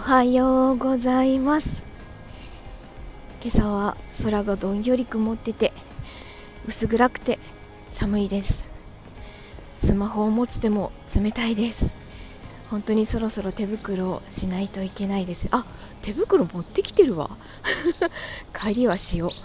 はようございます。今朝は空がどんより曇ってて薄暗くて寒いです。スマホを持つ手も冷たいです。本当にそろそろ手袋をしないといけないです。あ、手袋持ってきてるわ帰りはしよう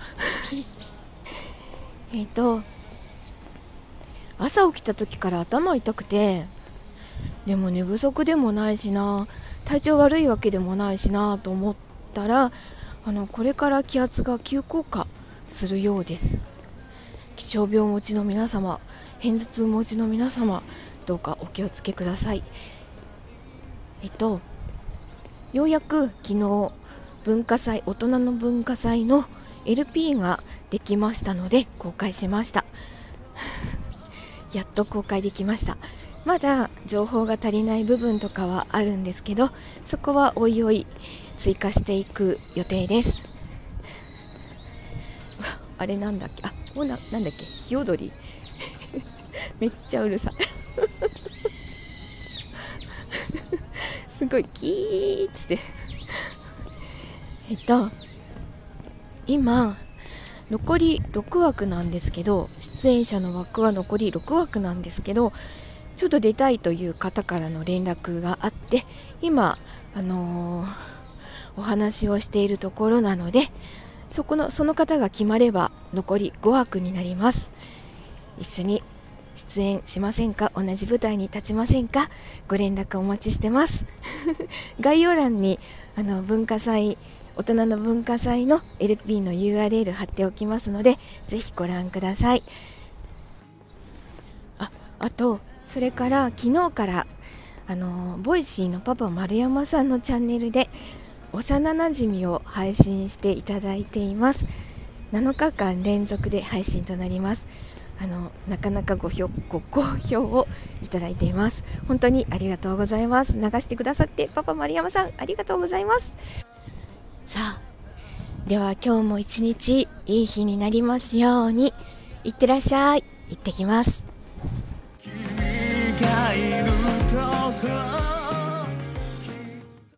朝起きた時から頭痛くて、でも寝不足でもないしな、体調悪いわけでもないしなと思ったら、これから気圧が急降下するようです。気象病持ちの皆様、片頭痛持ちの皆様、どうかお気をつけください。ようやく昨日文化祭、大人の文化祭の LP ができましたので公開しましたやっと公開できました。まだ情報が足りない部分とかはあるんですけど、そこはおいおい追加していく予定です。あれなんだっけ、もうなんだっけ、ヒヨドリめっちゃうるさいすごいキーッつって今残り6枠なんですけど、出演者の枠は残り6枠なんですけど、ちょっと出たいという方からの連絡があって、今お話をしているところなので、その方が決まれば残り5枠になります。一緒に出演しませんか？同じ舞台に立ちませんか？ご連絡お待ちしてます概要欄に文化祭、大人の文化祭の LP の URL 貼っておきますので、ぜひご覧ください。あとそれから昨日からボイシーのパパ丸山さんのチャンネルで幼なじみを配信していただいています。7日間連続で配信となります。なかなかご好評をいただいています。本当にありがとうございます。流してくださってパパ丸山さん、ありがとうございます。さあ、では今日も一日いい日になりますように。いってらっしゃい。行ってきます。君がいる